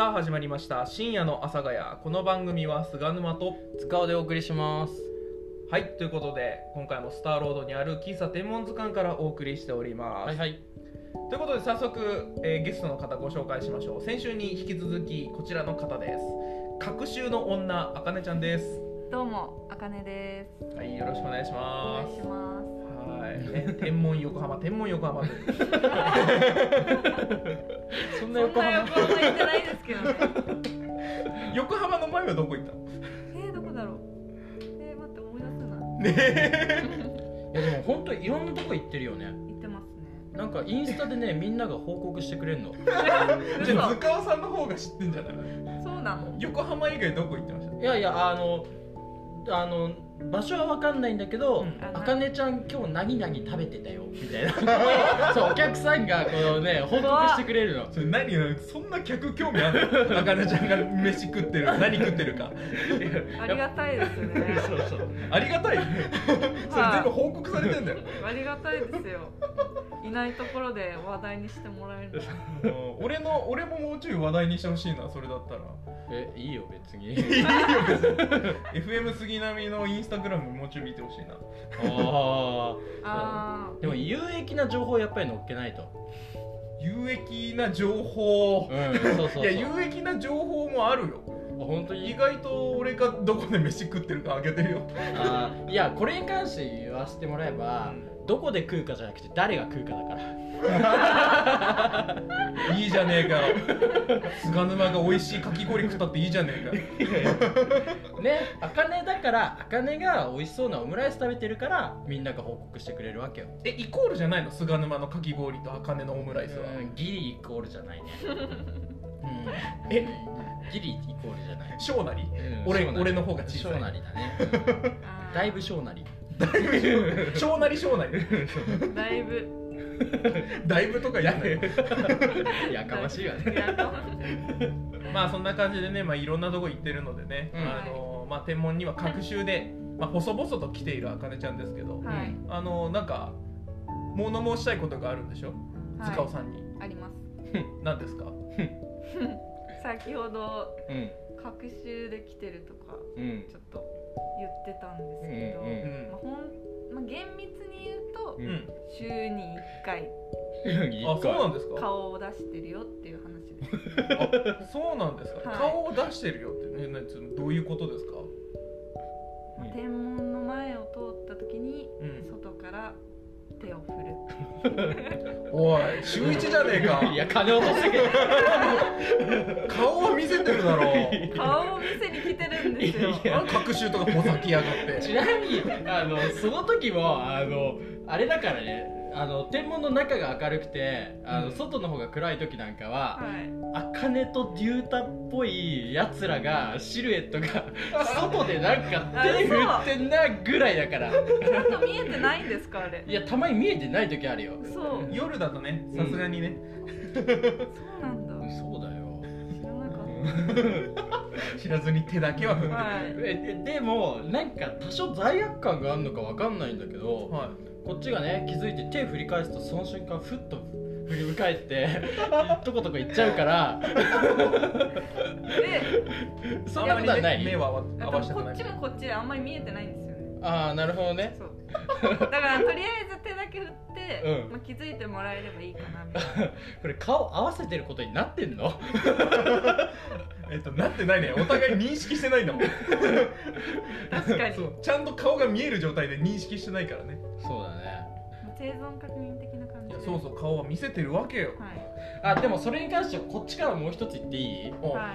さあ始まりました深夜の阿佐ヶ谷。この番組は菅沼と塚尾でお送りします。 はい、ということで今回もスターロードにある喫茶天文図鑑からお送りしております。 はいはい。 ということで早速、ゲストの方ご紹介しましょう。先週に引き続きこちらの方です。隔週の女、あかねちゃんです。 どうも、あかねです。 はい、よろしくお願いしおます。 願いします。 はい、天文横浜というそんなそんな横浜行ってないですけどね。 横浜の前はどこ行ったの？ どこだろう。待って思い出せない。 ねいやでも本当いろんなとこ行ってるよね。 行ってますね。 なんかインスタでねみんなが報告してくれるの。 じゃあ塚尾さんの方が知ってんじゃない？ そうなの。 横浜以外どこ行ってました？ いやいや場所は分かんないんだけど、あかねちゃん今日何々食べてたよみたいなそうお客さんがこのね報告してくれるの。 それ何そんな客興味あるの？あかねちゃんが飯食ってる何食ってるかありがたいですね。 そうそうありがたいそれ全部報告されてんだよありがたいですよ。いないところで話題にしてもらえるの。 俺ももうちょい話題にしてほしいな。それだったらいいよ別に。 いいよ別にFM 杉並のインスタグラムもうちょい見てほしいな。 でも有益な情報やっぱり載っけないと。 有益な情報、 そうそう。 いや有益な情報もあるよ。 本当に意外と俺がどこで飯食ってるかあげてるよ。 いやこれに関して言わせてもらえば、どこで食うかじゃなくて誰が食うかだからいいじゃねえか菅沼が美味しいかき氷食ったっていいじゃねえかね。あかねだからあかねが美味しそうなオムライス食べてるからみんなが報告してくれるわけよ。 イコールじゃないの？菅沼のかき氷とあかねのオムライスは。 ギリイコールじゃないね。ギリイコールじゃない。 小なり、俺の方が小さい。 小なりだね。だいぶ小なり。 小なり小なり。だいぶとか言わない。 やかましいわね。 まあそんな感じでね、いろんなとこ行ってるのでね、天文には隔週で、細々と来ているあかねちゃんですけど、なんか物申したいことがあるんでしょ、塚尾さんに。 あります。 何ですか？ 先ほど隔週で来てるとかちょっと言ってたんですけど、厳密に言うと週に1回あ、そうなんですか？ 顔を出してるよっていう話です。 あ、そうなんですか？顔を出してるよってね、どういうことですか？ 天文の前を通った時に外から手を振る。 おい、週一じゃねえか。 いや、金落とすぎる。 顔は見せてるだろう。 顔を見せに来てるんですよ。 隔週とかほざきやがって。 ちなみにその時もあれだからね、天文の中が明るくて外の方が暗い時なんかは、あかねと竜太っぽいやつらがシルエットが外でなんか手振ってんなぐらいだから。 ちゃんと見えてないんですかあれ？ いや、たまに見えてない時あるよ。 そう。 夜だとね、さすがにね。 そうなんだ。 そうだよ。 知らなかった。 知らずに手だけは振ってる。 でもなんか多少罪悪感があるのかわかんないんだけど、こっちがね気づいて手振り返すとその瞬間ふっと振り向かえってとことこ行っちゃうからそんなことはない。 目は合わせてない。 こっちもこっちであんまり見えてないんですよね。 ああ、なるほどね。 そうだからとりあえず手だけ振って、気づいてもらえればいいかなみたいな。 これ顔合わせてることになってんの？ なってないね。お互い認識してないんだもん。 確かに。 ちゃんと顔が見える状態で認識してないからね。 そうだね。 生存確認的な感じで。 そうそう、顔は見せてるわけよ。 でもそれに関してはこっちからもう一つ言っていい？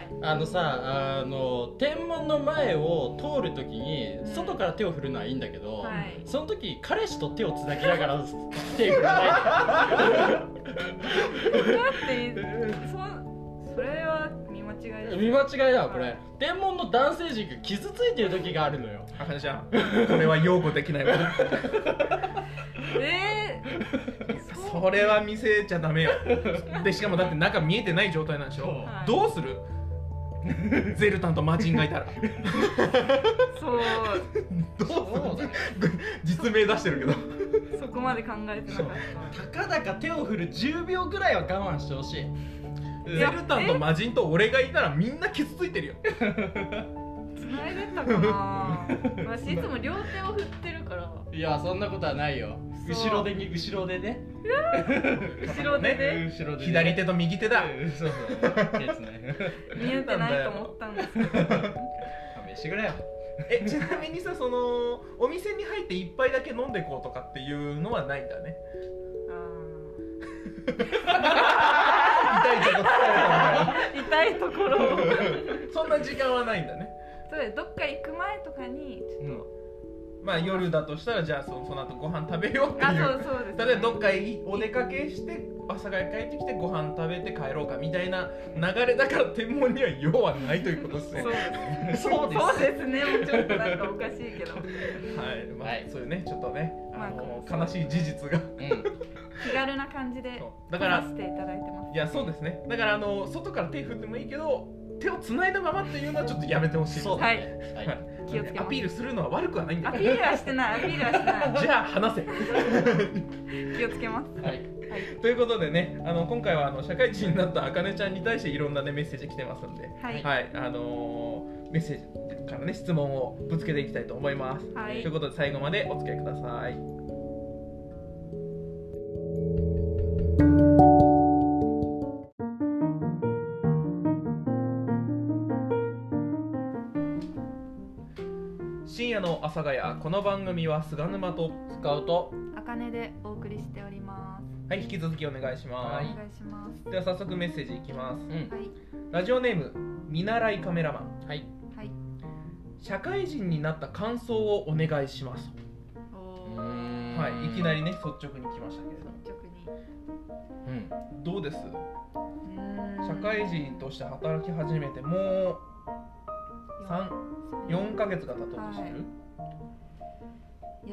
天文の前を通るときに外から手を振るのはいいんだけど、その時彼氏と手をつなぎながら手を振らないで。 それは見間違いです。 見間違いだわこれ。天文の男性陣が傷ついてる時があるのよ。 あかねちゃん、これは擁護できないわ。それは見せちゃダメよ。でしかもだって中見えてない状態なんでしょ。どうする？ゼルタンとマジンがいたら。 そうどうする？実名出してるけど。 そこまで考えてなかった。 たかだか手を振る10秒ぐらいは我慢してほしい。 ゼルタンと魔人と俺がいたらみんな傷ついてるよ。 繋いでたかな。私いつも両手を振ってるから。 いやそんなことはないよ。後ろでね。 後ろでね。 左手と右手だ。 そう手つない。 見えてないと思ったんですけど。 勘弁してくれよ。 ちなみにさ、そのお店に入って一杯だけ飲んでこうとかっていうのはないんだね。 痛いところそんな時間はないんだね。 そうです。どっか行く前とかにちょっと、 まあ夜だとしたらじゃあその後ご飯食べようっていう。 そうです、ね、 例えばどっかお出かけして阿佐ヶ谷帰ってきてご飯食べて帰ろうかみたいな流れだから天文には用はないということですね。 そうですね。もうちょっとなんかおかしいけど。 はい、まあ、そういうねちょっとね悲しい事実が、 気軽な感じでだからしていただいてます。 いやそうですね。だから外から手振ってもいいけど手を繋いだままっていうのはちょっとやめてほしい。 そうはい。気をつけます。 アピールするのは悪くはないんだよ。 アピールはしてない。 じゃあ話せ。 気をつけます。 はい。 ということでね、今回は社会人になったあかねちゃんに対していろんなねメッセージ来てますんで、はい、メッセージからね質問をぶつけていきたいと思います。はい。ということで最後までお付き合いください。深夜の阿佐ヶ谷、この番組は菅沼とスカウトあかねでお送りしております。 はい、引き続きお願いします。 お願いします。 では早速メッセージいきます。 はい。 ラジオネーム見習いカメラマン。 はい。 社会人になった感想をお願いします。はい、いきなりね率直に来ましたけれども。 率直に。 どうです？社会人として働き始めてもう4ヶ月が経とうとしてる？ いや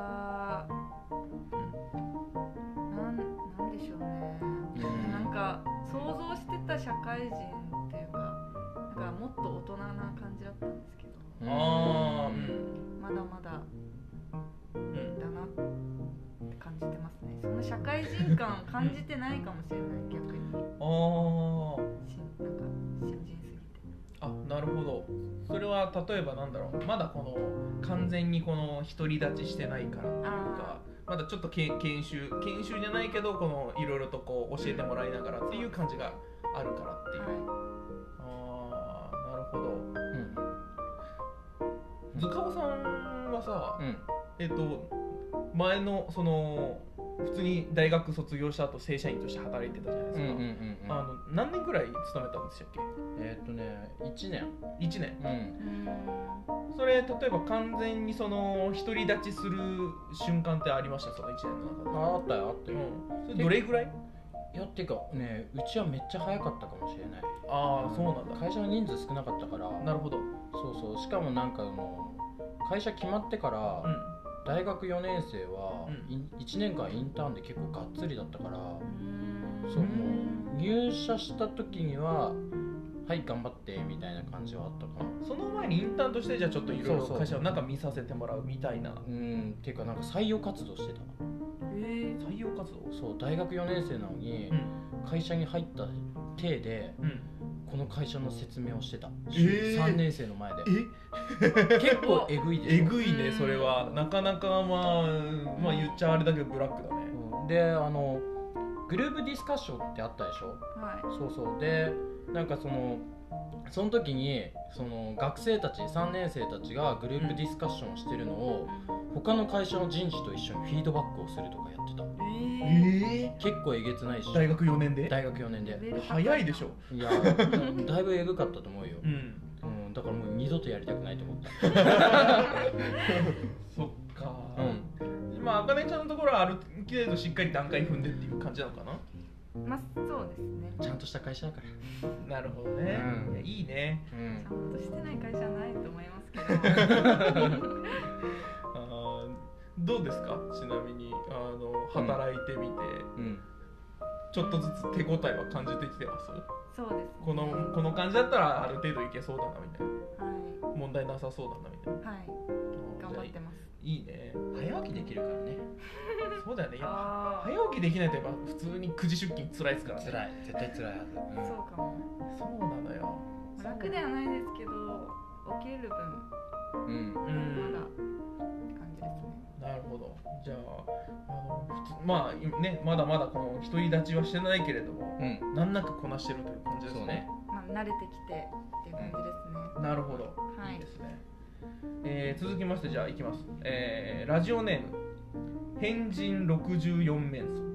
なんでしょうね。なんか想像してた社会人っていうか、なんかもっと大人な感じだったんですけど、まだまだだなって感じてますね。その社会人感感じてないかもしれない、逆に。なんか新人すぎて。 なるほど。それは例えばなんだろう、まだこの完全にこの独り立ちしてないからっていうか、まだちょっと研修じゃないけどこのいろいろとこう教えてもらいながらっていう感じがあるからっていう。なるほど。塚尾さんはさ、前のその普通に大学卒業した後正社員として働いてたじゃないですか。何年くらい勤めたんでしたっけ ？1年。 1年。それ例えば完全にその独り立ちする瞬間ってありました？その1年の中で。 あったよ。 それどれぐらい？ いやっていうかね、うちはめっちゃ早かったかもしれない。 そうなんだ。 会社の人数少なかったから。 なるほど。 そう。しかもなんか会社決まってから、大学4年生は1年間インターンで結構がっつりだったから、もう入社した時にははい頑張ってみたいな感じはあったかな。 その前にインターンとしてじゃあちょっといろいろ会社の中見させてもらうみたいな。 っていうかなんか採用活動してた。 採用活動？ そう、大学4年生なのに、会社に入った体で、この会社の説明をしてた。3年生の前で。結構えぐいでしょ。 えぐいね、それは。なかなかまあ言っちゃあれだけどブラックだね。 でグループディスカッションってあったでしょ。そうでなんかその時にその学生たち3年生たちがグループディスカッションをしてるのを、他の会社の人事と一緒にフィードバックをするとかやってた。結構えげつないし。 大学4年で？ 大学4年で。 早いでしょ。 いやだいぶえぐかったと思うよ。だからもう二度とやりたくないと思った。 そっか。まああかねちゃんのところはある程度しっかり段階踏んでっていう感じなのかな。 まあそうですね。 ちゃんとした会社だから。 なるほどね。いいね。 ちゃんとしてない会社はないと思いますけど。 どうですか？ちなみに働いてみて、ちょっとずつ手応えは感じてきてます？ そうですね。 この感じだったらある程度いけそうだなみたいな。問題なさそうだなみたいな。 頑張ってます。 いいね。 早起きできるからね。 そうだよね。早起きできないとやっぱ普通に9時出勤辛いですからね。 辛い、絶対辛いはず。 そうかも。 そうなのよ。 楽ではないですけど起きれる分まだって感じですね。 なるほど。じゃあまあね、まだまだこの独り立ちはしてないけれども、難なくこなしてるという感じですね。 まあ慣れてきてっていう感じですね。 なるほど。いいですね。続きましてじゃあいきます。ラジオネーム変人64面相。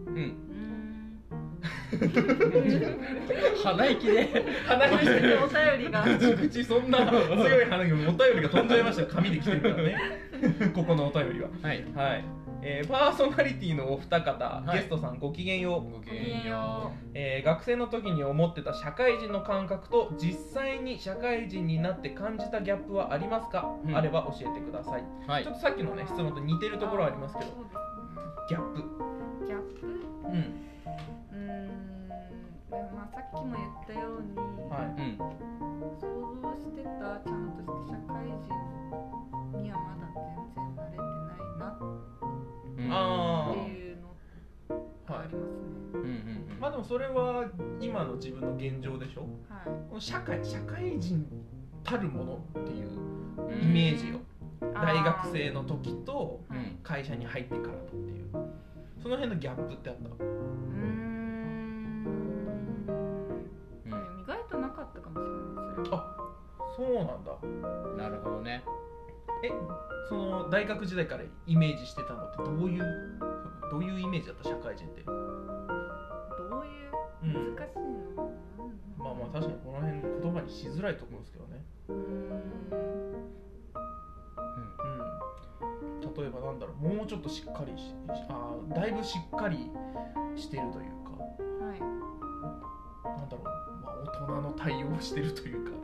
鼻息でお便りが口そんな強い鼻息、お便りが飛んじゃいましたよ。紙で来てるからね。ここのお便りは。はい。はい。パーソナリティのお二方、ゲストさんごきげんよう。 ごきげんよう。学生の時に思ってた社会人の感覚と実際に社会人になって感じたギャップはありますか？あれば教えてください。はい。ちょっとさっきのね質問と似てるところはありますけど、ギャップ。 ギャップ？まあさっきも言ったように、想像してたちゃんとした社会人にはまだ全然慣れてないなっていうのがありますね。 まあでもそれは今の自分の現状でしょ。社会人たるものっていうイメージを大学生の時と会社に入ってからとっていう、その辺のギャップってあった？ 意外となかったかもしれないです。 あ、そうなんだ。 なるほどね。 その大学時代からイメージしてたのってどういうイメージだった？社会人ってどういう難しいの？ まあ確かにこの辺言葉にしづらいところですけどね。例えばなんだろう、もうちょっとしっかりだいぶしっかりしてるというか、なんだろう、大人の対応をしてるというか。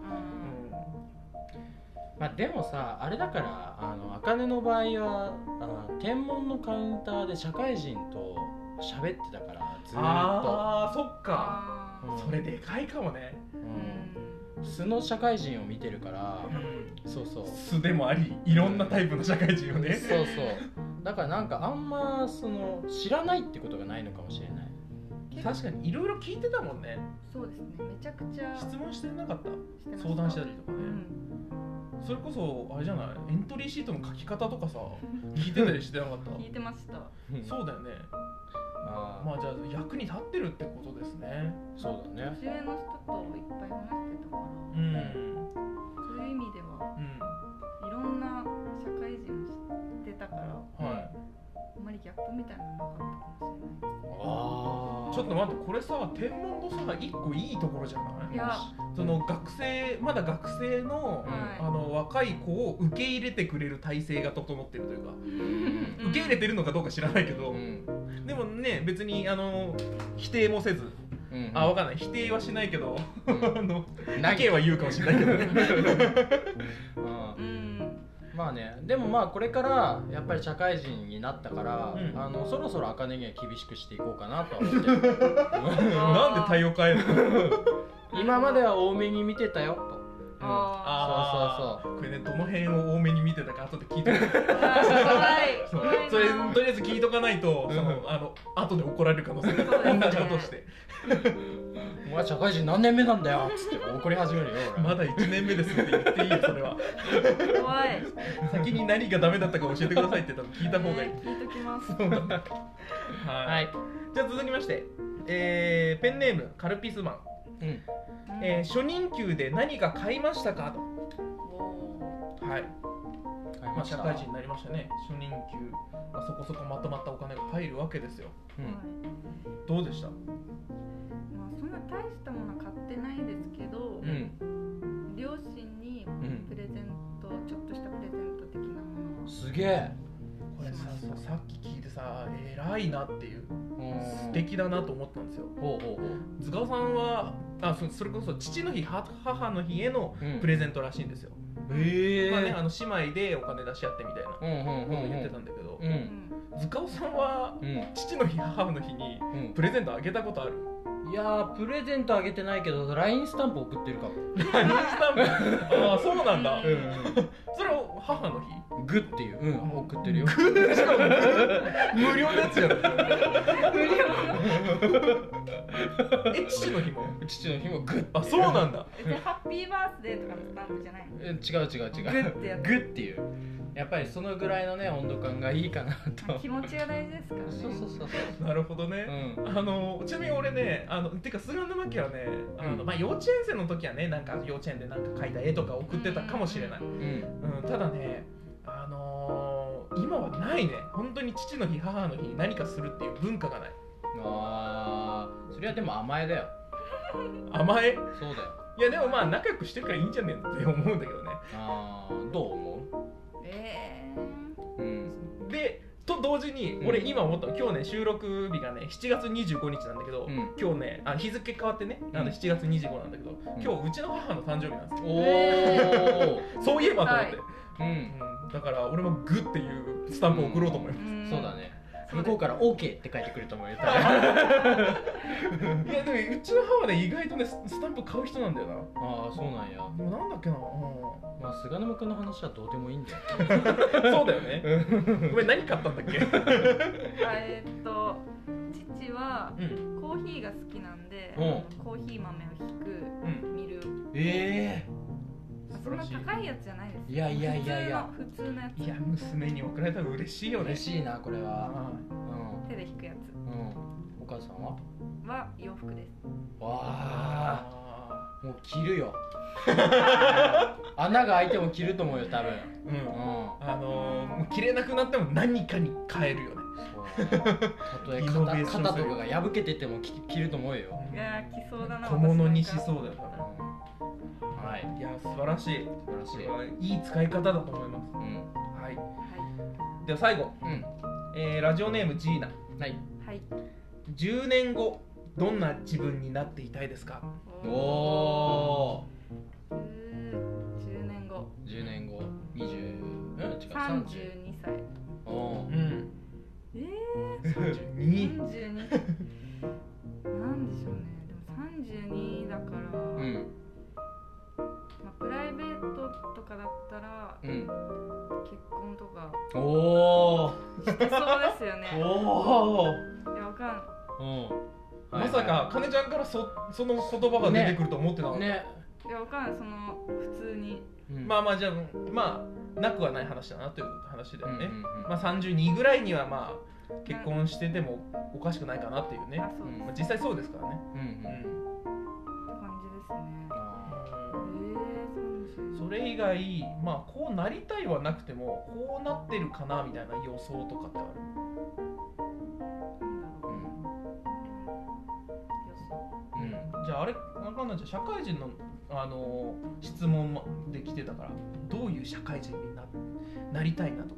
まあでもさ、あれだから茜の場合は天文のカウンターで社会人と喋ってたからずーっと。 そっか、それでかいかもね。 素の社会人を見てるから、そうそう、 素でもありいろんなタイプの社会人をね。 そうそう、だからなんかあんま知らないってことがないのかもしれない。 確かにいろいろ聞いてたもんね。 そうですね、めちゃくちゃ質問してなかった？相談したりとかね。それこそあれじゃない、エントリーシートの書き方とかさ聞いてたりしてなかった？ 聞いてました。 そうだよね。まあじゃあ役に立ってるってことですね。 そうだね。 年上の人といっぱい話してたから、そういう意味では、いろんな社会人を知ってたから、あんまりギャップみたいなのなかったかもしれないです。 ちょっと待って、これさ、天文のさ一個いいところじゃない？いや、まだ学生の、若い子を受け入れてくれる体制が整ってるというか、受け入れてるのかどうか知らないけど、でもね、別に否定もせず、わかんない、否定はしないけど、意見は言うかもしれないけどね。 まあね、でもまあこれからやっぱり社会人になったから、そろそろ茜には厳しくしていこうかなとは思ってる。 なんで対応変えるの？ 今までは多めに見てたよと。そうそう。 これね、どの辺を多めに見てたか後で聞いてくれ。それとりあえず聞いとかないと、後で怒られる可能性が同じことをして。 お前社会人何年目なんだよっつって怒り始めるよ。 まだ1年目ですって言っていいよ、それは。 怖い。 先に何がダメだったか教えてくださいって多分聞いた方がいい。 聞いときます。 はい。じゃあ続きまして、ペンネームカルピスマン。初任給で何か買いましたかと。はい。社会人になりましたね。初任給、そこそこまとまったお金が入るわけですよ。どうでした？ そんな大したものは買ってないですけど、両親にプレゼント、ちょっとしたプレゼント的なものを。 すげえ。 これさっき聞いてさ、偉いなっていう、素敵だなと思ったんですよ。図鑑さんはそれこそ父の日、母の日へのプレゼントらしいんですよ。まあね、姉妹でお金出し合ってみたいなことを言ってたんだけど、図鑑さんは父の日、母の日にプレゼントあげたことある？ いいやプレゼントあげてないけど LINE スタンプ送ってるかも。 LINE スタンプああそうなんだ、それを母の日グっていう、送ってるよ。 無料のやつじゃん。父の日もグ。あ、そうなんだ。 ハッピーバースデーとかのスタンプじゃないの？ 違う。 グっていう。やっぱりそのぐらいのね温度感がいいかなと。 気持ちが大事ですからね。 そうなるほどね。ちなみに俺ね、てか菅沼家はね、幼稚園生の時はね、なんか幼稚園でなんか描いた絵とか送ってたかもしれない。ただね、今はないね。本当に父の日母の日に何かするっていう文化がない。 それはでも甘えだよ。 甘え？ そうだよ。 いやでもまあ仲良くしてるからいいんじゃねえって思うんだけどね。 どう思う？ でと同時に俺今思ったの、今日ね収録日がね7月25日なんだけど、今日ね日付変わってね7月25なんだけど、今日うちの母の誕生日なんですよ。そういえばと思って、だから俺もグっていうスタンプを送ろうと思います。 そうだね。向こうから OK って書いてくると思うよ。いやでもうちの母はね意外とねスタンプ買う人なんだよな。 そうなんや。 でもなんだっけな、 まあ菅沼君の話はどうでもいいんだよ。 そうだよね。ごめん、何買ったんだっけ？ 父はコーヒーが好きなんで、コーヒー豆をひくミル。そんな高いやつじゃないです。 いや普通のやつ。 いや娘に送られたら嬉しいよね。 嬉しいなこれは。 手でひくやつ。 お母さんは洋服です。 わあ、もう着るよ。穴が開いても着ると思うよ多分。 着れなくなっても何かに変えるよね。 たとえ肩とかが破けてても着ると思うよ。 いや着そうだな。 小物にしそうだよ多分。 はい、 いや素晴らしい。いい使い方だと思います。はい。では最後、ラジオネームジーナ。 はい。 10年後どんな自分になっていたいですか？ おお。 10年後。 10年後。32 歳。 32。 なんでしょうね。でも32だから。プライベートとかだったら、結婚とかしてそうですよね。いやわかん。 まさかかねちゃんからその言葉が出てくると思ってなかった。いやわかんない。普通に。 まあじゃあなくはない話だなという話だよね。32ぐらいには結婚しててもおかしくないかなっていうね。実際そうですからね。それ以外、こうなりたいはなくてもこうなってるかなみたいな予想とかってある？じゃああれわかんない。じゃあ社会人の質問で来てたから、どういう社会人になりたいなとか。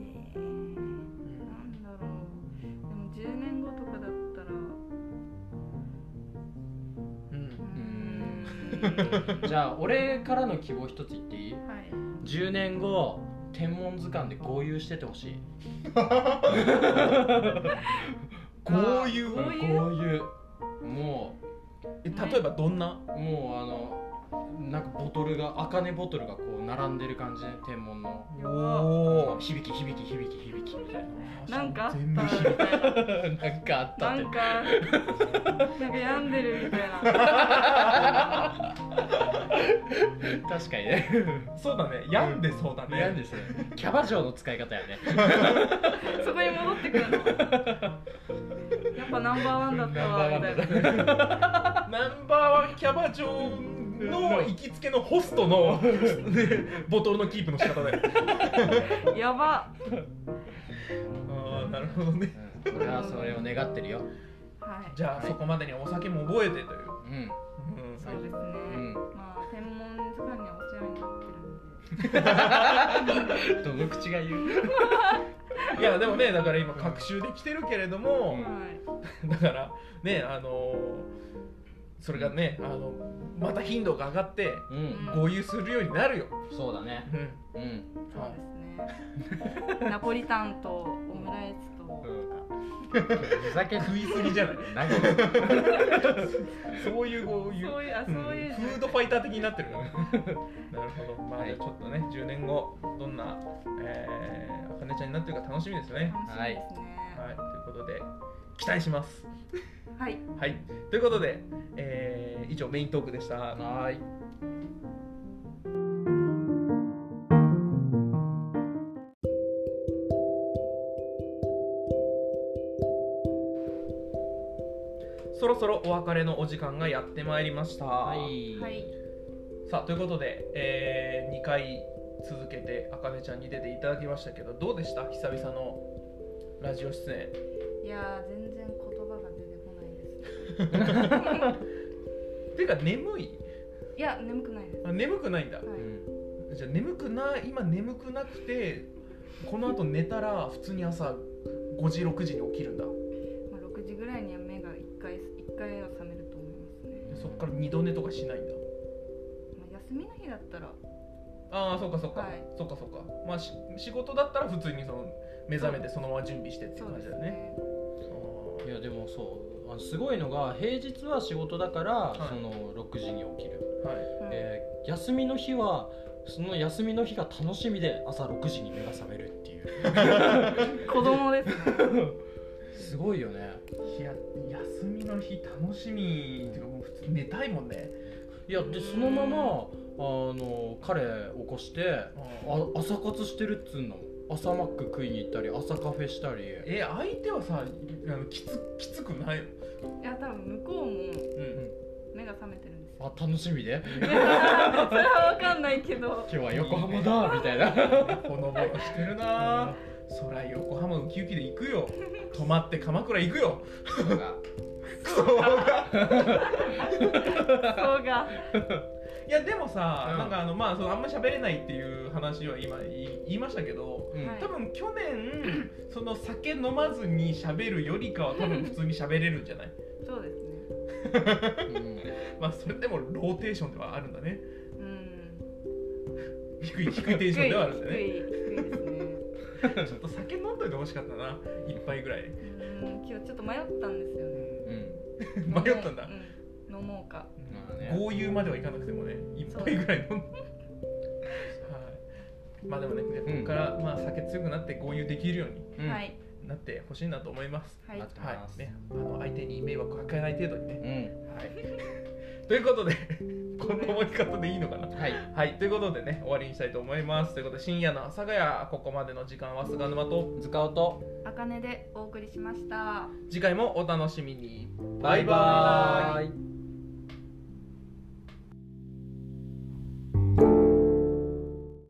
なんだろう。でも10年後とかだったら。 じゃあ俺からの希望一つ言っていい？10年後天文図鑑で豪遊しててほしい。 豪遊？ もう例えばどんな？ もうなんかボトルが茜ボトルがこう並んでる感じで天文の響きみたいな。なんかあった全部響きなんかあったってなんか病んでるみたいな。 確かにね。 そうだね、病んでそうだね。 病んでそうキャバ嬢の使い方やね。 そこに戻ってくるの。やっぱナンバーワンだったわみたいな。 ナンバーワンキャバ嬢の行きつけのホストのボトルのキープの仕方だよ。 やば。 なるほどね。 俺はそれを願ってるよ。 じゃあそこまでにお酒も覚えてという。 そうですね。天文図鑑にはお世話になってるんで。 どの口が言う？ いやでもね、だから今隔週で来てるけれども、だからねそれがねまた頻度が上がって豪遊するようになるよ。 そうだね。 そうですね。ナポリタンとオムライスととかふざけ食いすぎじゃない何そういうフードファイター的になってるからなるほど。まあ、ちょっとね10年後どんなあかねちゃんになってるか楽しみですね。 楽しみですね。 はい、ということで期待しますはい、 はい、ということで、以上メイントークでした。 はい。 そろそろお別れのお時間がやってまいりました。 はい、 さあということで、2回続けてあかねちゃんに出ていただきましたけど、どうでした？久々のラジオ出演。 いや全然言葉が出てこないですてか眠い？ いや眠くないです。 あ、眠くないんだ、 はい、 じゃあ今眠くなくてこの後寝たら普通に朝5時6時に起きるんだ。 まあ、6時ぐらいには目が1回は覚めると思いますね。 そっから2度寝とかしないんだ。 まあ、休みの日だったらああ、そうか、はい、そうか。まあ仕事だったら普通にその目覚めてそのまま準備してっていう感じだよね。 いやでもそうすごいのが平日は仕事だから、はい、その6時に起きる、はい、休みの日はその休みの日が楽しみで朝6時に目が覚めるっていう子供ですねすごいよね。 いや休みの日楽しみっていうかもう普通に寝たいもんね。 いやでそのまま彼起こして朝活してるっつうの。朝マック食いに行ったり朝カフェしたり。 相手はさきつくないの？ いや多分向こうも目が覚めてるんですよ。 あ、楽しみでそれは分かんないけど今日は横浜だみたいなほのぼのしてるな。そら横浜ウキウキで行くよ。泊まって鎌倉行くよ。 クソがいやでもさ、なんかまああんま喋れないっていう話は今言いましたけど、多分去年その酒飲まずに喋るよりかは多分普通に喋れるんじゃない？ そうですねまあそれでもローテーションではあるんだね。低いテンションではあるんだね。低いですねちょっと酒飲んどいてほしかったな、一杯ぐらい。 今日ちょっと迷ったんですよね。 迷ったんだ。 飲もうか。 豪遊まではいかなくてもね、一杯ぐらい飲んでまあでもね、ここからまあ酒強くなって豪遊できるようになってほしいなと思います。はい、ね、相手に迷惑かけない程度にね。はい。ということでこの終わり方でいいのかな。はい、ということでね終わりにしたいと思います。ということで深夜の阿佐ヶ谷、ここまでの時間は菅沼と塚尾とあかねでお送りしました。 次回もお楽しみに。 バイバーイ。